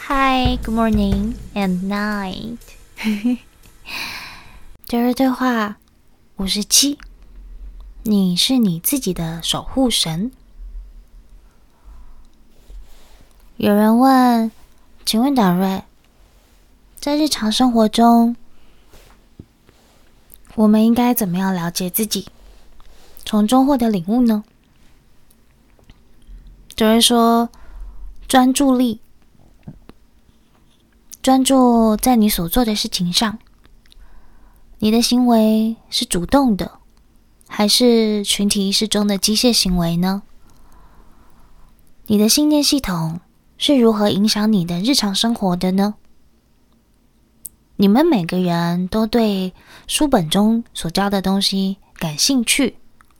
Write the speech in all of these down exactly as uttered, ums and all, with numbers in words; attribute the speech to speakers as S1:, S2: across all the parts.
S1: Hi, good morning and night 今日对话五十七，你是你自己的守护神。有人问，请问达瑞，在日常生活中，我们应该怎么样了解自己，从中获得领悟呢？达瑞说，专注力，专注在你所做的事情上。你的行为是主动的，还是群体意识中的机械行为呢？你的信念系统是如何影响你的日常生活的呢？你们每个人都对书本中所教的东西感兴趣，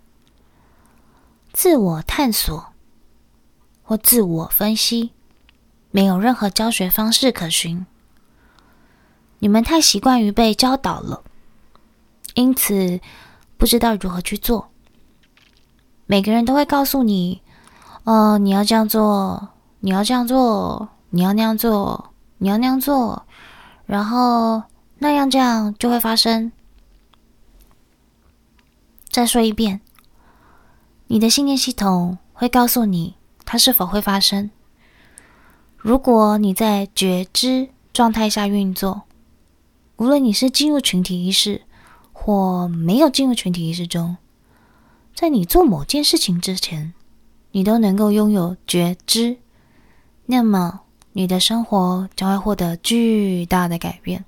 S1: 自我探索或自我分析，没有任何教学方式可循。你们太习惯于被教导了，因此不知道如何去做。每个人都会告诉你，哦，你要这样做，你要这样做，你要那样做，你要那样做，然后那样这样就会发生。再说一遍，你的信念系统会告诉你它是否会发生。如果你在觉知状态下运作，无论你是进入群体意识或没有进入群体意识中，在你做某件事情之前，你都能够拥有觉知，那么你的生活将会获得巨大的改变。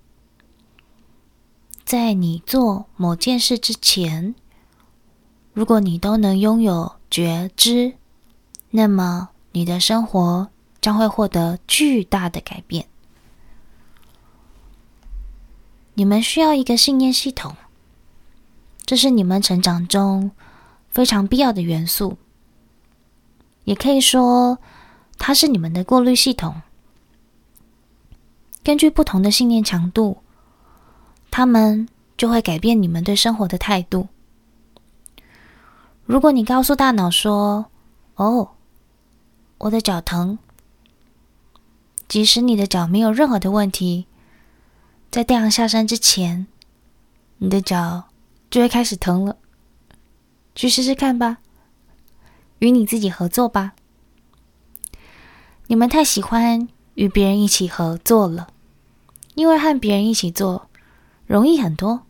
S1: 在你做某件事之前，如果你都能拥有觉知，那么你的生活将会获得巨大的改变。你们需要一个信念系统，这是你们成长中非常必要的元素，也可以说它是你们的过滤系统。根据不同的信念强度，它们就会改变你们对生活的态度。如果你告诉大脑说，哦，我的脚疼，即使你的脚没有任何的问题，在太阳下山之前，你的脚就会开始疼了。去试试看吧，与你自己合作吧。你们太喜欢与别人一起合作了，因为和别人一起做容易很多。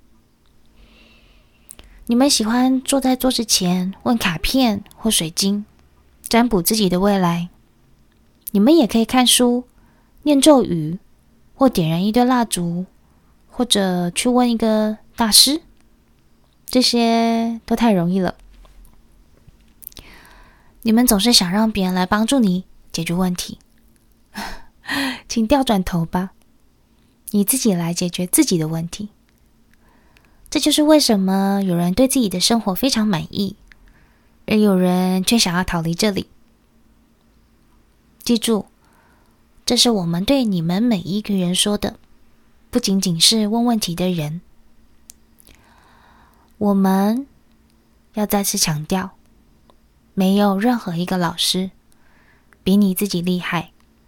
S1: 你们喜欢坐在桌子前问卡片或水晶，占卜自己的未来。你们也可以看书、念咒语，或点燃一堆蜡烛，或者去问一个大师，这些都太容易了。你们总是想让别人来帮助你解决问题，请调转头吧，你自己来解决自己的问题。这就是为什么有人对自己的生活非常满意，而有人却想要逃离这里。记住，这是我们对你们每一个人说的，不仅仅是问问题的人。我们要再次强调，没有任何一个老师比你自己厉害。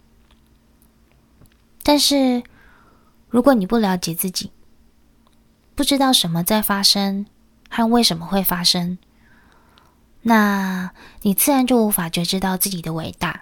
S1: 但是，如果你不了解自己，不知道什么在发生和为什么会发生，那你自然就无法觉知到自己的伟大。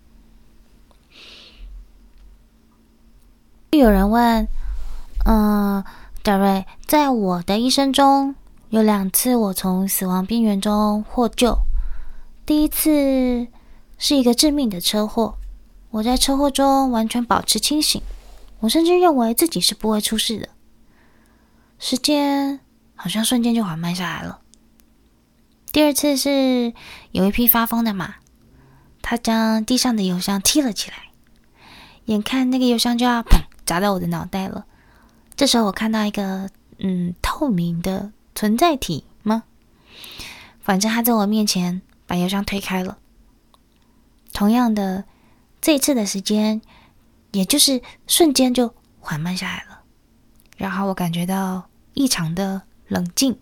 S1: 有人问，嗯，达瑞，在我的一生中，有两次我从死亡边缘中获救。第一次是一个致命的车祸，我在车祸中完全保持清醒，我甚至认为自己是不会出事的。时间好像瞬间就缓慢下来了。第二次是有一匹发疯的马，它将地上的油箱踢了起来，眼看那个油箱就要砰砸到我的脑袋了。这时候我看到一个嗯透明的存在体吗？反正他在我面前把油箱推开了。同样的，这一次的时间也就是瞬间就缓慢下来了，然后我感觉到异常的冷静。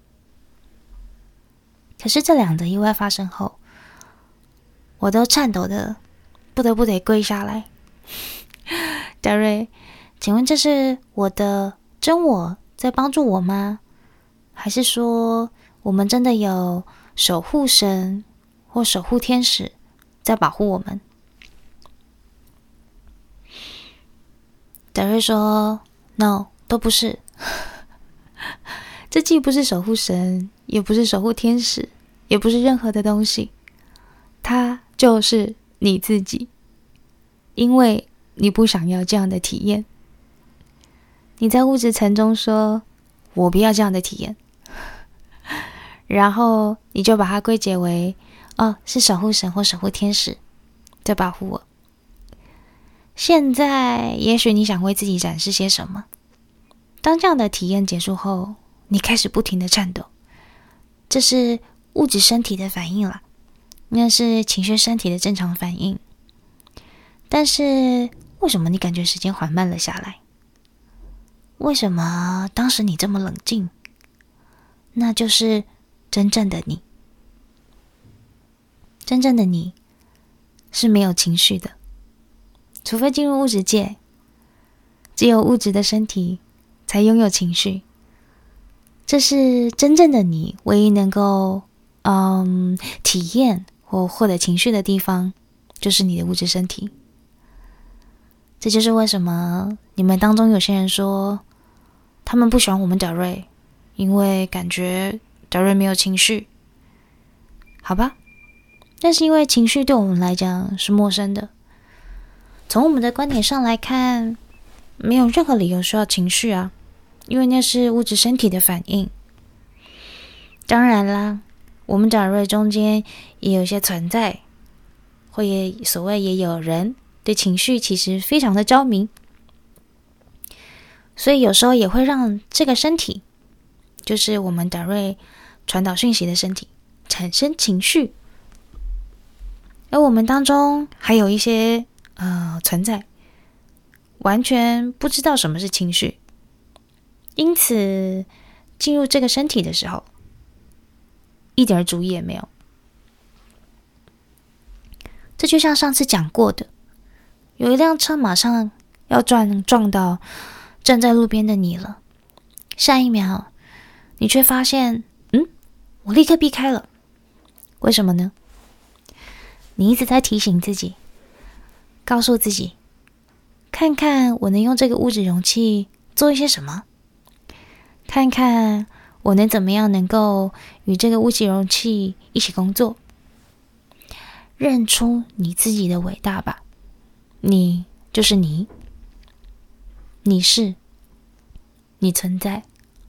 S1: 可是这两个意外发生后，我都颤抖的不得不得跪下来， 达瑞，请问这是我的真我在帮助我吗？还是说我们真的有守护神或守护天使在保护我们？达瑞说 No， 都不是。这既不是守护神，也不是守护天使，也不是任何的东西，它就是你自己。因为你不想要这样的体验，你在物质层中说我不要这样的体验，然后你就把它归结为哦，是守护神或守护天使在保护我。现在也许你想为自己展示些什么，当这样的体验结束后，你开始不停的颤抖，这是物质身体的反应啦，那是情绪身体的正常反应。但是为什么你感觉时间缓慢了下来？为什么当时你这么冷静？那就是真正的你。真正的你是没有情绪的，除非进入物质界，只有物质的身体才拥有情绪。这是真正的你唯一能够嗯体验或获得情绪的地方，就是你的物质身体。这就是为什么你们当中有些人说他们不喜欢我们德瑞，因为感觉德瑞没有情绪。好吧，那是因为情绪对我们来讲是陌生的。从我们的观点上来看，没有任何理由需要情绪啊，因为那是物质身体的反应。当然啦，我们德瑞中间也有一些存在，或也所谓也有人对情绪其实非常的着迷，所以有时候也会让这个身体，就是我们德瑞传导讯息的身体产生情绪。而我们当中还有一些呃存在完全不知道什么是情绪，因此进入这个身体的时候一点主意也没有。这就像上次讲过的，有一辆车马上要撞撞到站在路边的你了，下一秒你却发现嗯，我立刻避开了。为什么呢？你一直在提醒自己，告诉自己，看看我能用这个物质容器做一些什么，看看我能怎么样能够与这个物质容器一起工作。认出你自己的伟大吧，你就是你，你是，你存在。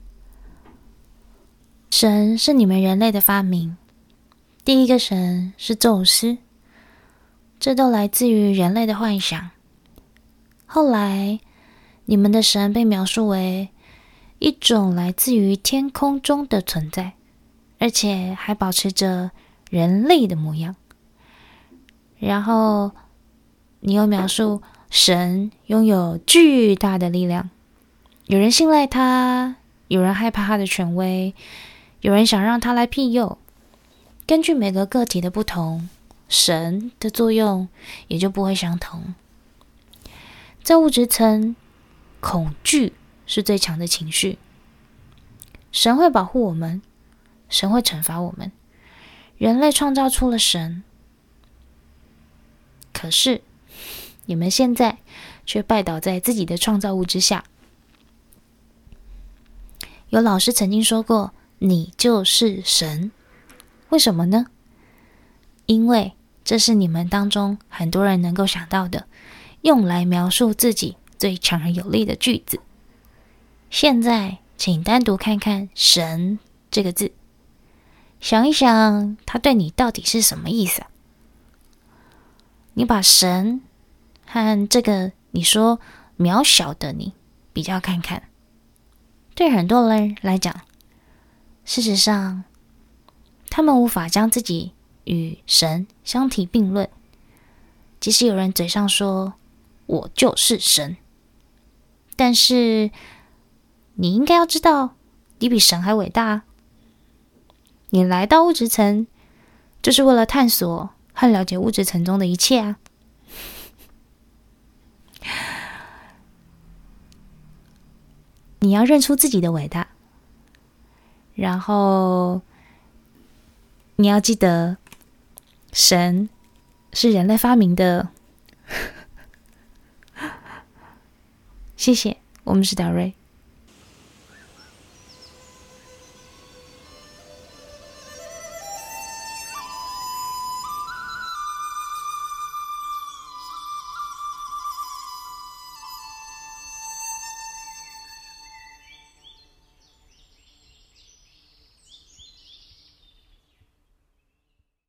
S1: 神是你们人类的发明，第一个神是宙斯，这都来自于人类的幻想。后来你们的神被描述为一种来自于天空中的存在，而且还保持着人类的模样。然后你又描述神拥有巨大的力量，有人信赖他，有人害怕他的权威，有人想让他来庇佑。根据每个个体的不同，神的作用也就不会相同。在物质层，恐惧是最强的情绪。神会保护我们，神会惩罚我们。人类创造出了神，可是你们现在却拜倒在自己的创造物之下。有老师曾经说过，你就是神。为什么呢？因为这是你们当中很多人能够想到的，用来描述自己最强而有力的句子。现在请单独看看神这个字，想一想它对你到底是什么意思啊？你把神和这个你说渺小的你比较看看，对很多人来讲，事实上他们无法将自己与神相提并论。即使有人嘴上说我就是神，但是你应该要知道，你比神还伟大啊。你来到物质层，就是为了探索和了解物质层中的一切啊。 你要认出自己的伟大，然后你要记得，神是人类发明的。谢谢，我们是达瑞。